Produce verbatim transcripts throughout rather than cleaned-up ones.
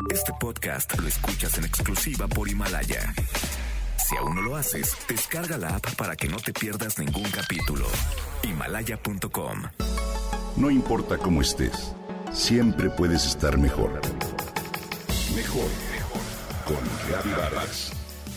Este podcast lo escuchas en exclusiva por Himalaya. Si aún no lo haces, descarga la app para que no te pierdas ningún capítulo. Himalaya punto com. No importa cómo estés, siempre puedes estar mejor. Mejor, mejor. Con Gaby Vargas.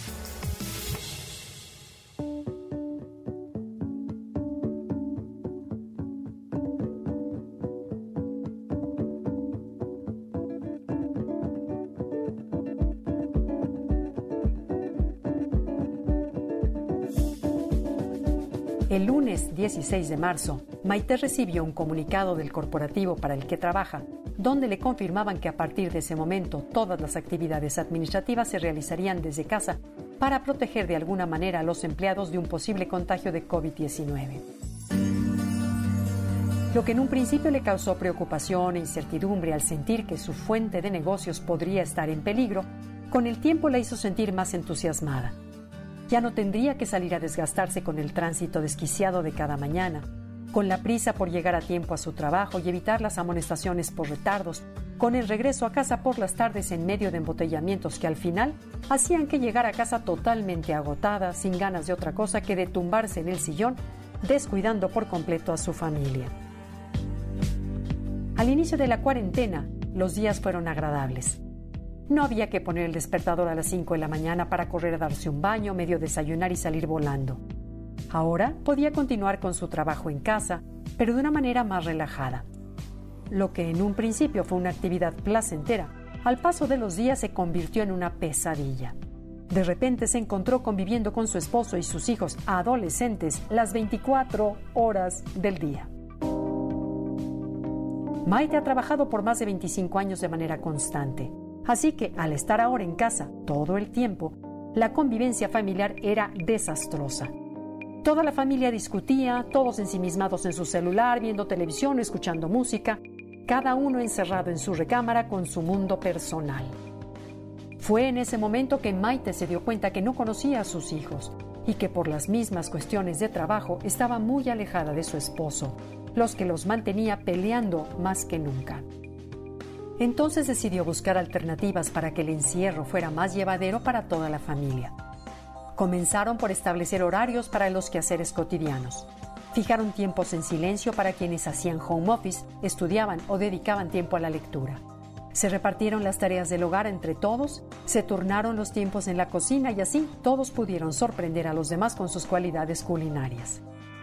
El lunes dieciséis de marzo, Maite recibió un comunicado del corporativo para el que trabaja, donde le confirmaban que a partir de ese momento todas las actividades administrativas se realizarían desde casa para proteger de alguna manera a los empleados de un posible contagio de COVID diecinueve. Lo que en un principio le causó preocupación e incertidumbre al sentir que su fuente de negocios podría estar en peligro, con el tiempo la hizo sentir más entusiasmada. Ya no tendría que salir a desgastarse con el tránsito desquiciado de cada mañana, con la prisa por llegar a tiempo a su trabajo y evitar las amonestaciones por retardos, con el regreso a casa por las tardes en medio de embotellamientos que al final hacían que llegara a casa totalmente agotada, sin ganas de otra cosa que de tumbarse en el sillón, descuidando por completo a su familia. Al inicio de la cuarentena, los días fueron agradables. No había que poner el despertador a las cinco de la mañana para correr a darse un baño, medio desayunar y salir volando. Ahora podía continuar con su trabajo en casa, pero de una manera más relajada. Lo que en un principio fue una actividad placentera, al paso de los días se convirtió en una pesadilla. De repente se encontró conviviendo con su esposo y sus hijos adolescentes las veinticuatro horas del día. Maite ha trabajado por más de veinticinco años de manera constante. Así que, al estar ahora en casa todo el tiempo, la convivencia familiar era desastrosa. Toda la familia discutía, todos ensimismados en su celular, viendo televisión, escuchando música, cada uno encerrado en su recámara con su mundo personal. Fue en ese momento que Maite se dio cuenta que no conocía a sus hijos y que por las mismas cuestiones de trabajo estaba muy alejada de su esposo, los que los mantenía peleando más que nunca. Entonces decidió buscar alternativas para que el encierro fuera más llevadero para toda la familia. Comenzaron por establecer horarios para los quehaceres cotidianos. Fijaron tiempos en silencio para quienes hacían home office, estudiaban o dedicaban tiempo a la lectura. Se repartieron las tareas del hogar entre todos, se turnaron los tiempos en la cocina y así todos pudieron sorprender a los demás con sus cualidades culinarias.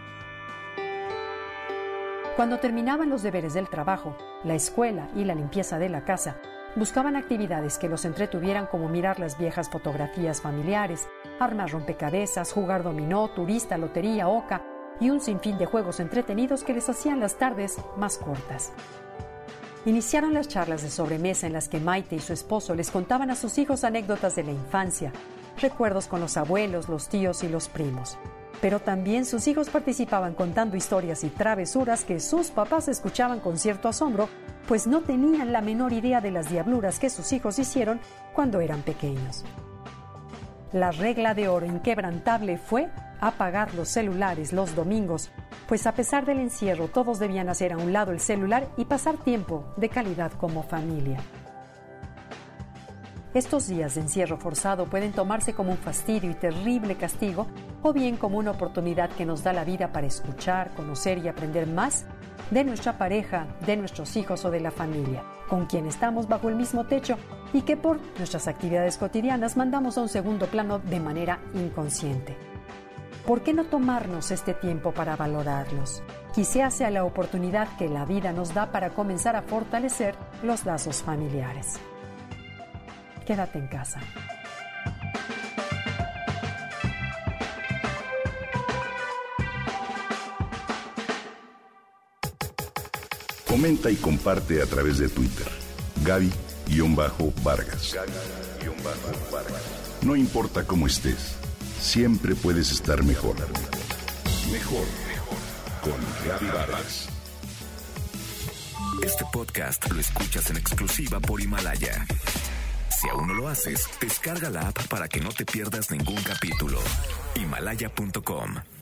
Cuando terminaban los deberes del trabajo, la escuela y la limpieza de la casa, buscaban actividades que los entretuvieran como mirar las viejas fotografías familiares, armar rompecabezas, jugar dominó, turista, lotería, oca y un sinfín de juegos entretenidos que les hacían las tardes más cortas. Iniciaron las charlas de sobremesa en las que Maite y su esposo les contaban a sus hijos anécdotas de la infancia, recuerdos con los abuelos, los tíos y los primos. Pero también sus hijos participaban contando historias y travesuras que sus papás escuchaban con cierto asombro, pues no tenían la menor idea de las diabluras que sus hijos hicieron cuando eran pequeños. La regla de oro inquebrantable fue apagar los celulares los domingos, pues a pesar del encierro todos debían hacer a un lado el celular y pasar tiempo de calidad como familia. Estos días de encierro forzado pueden tomarse como un fastidio y terrible castigo o bien como una oportunidad que nos da la vida para escuchar, conocer y aprender más de nuestra pareja, de nuestros hijos o de la familia, con quien estamos bajo el mismo techo y que por nuestras actividades cotidianas mandamos a un segundo plano de manera inconsciente. ¿Por qué no tomarnos este tiempo para valorarlos? Quizá sea la oportunidad que la vida nos da para comenzar a fortalecer los lazos familiares. Quédate en casa. Comenta y comparte a través de Twitter. Gaby-Vargas. No importa cómo estés, siempre puedes estar mejor. Mejor, mejor. Con Gaby Vargas. Este podcast lo escuchas en exclusiva por Himalaya. Si aún no lo haces, descarga la app para que no te pierdas ningún capítulo. Himalaya punto com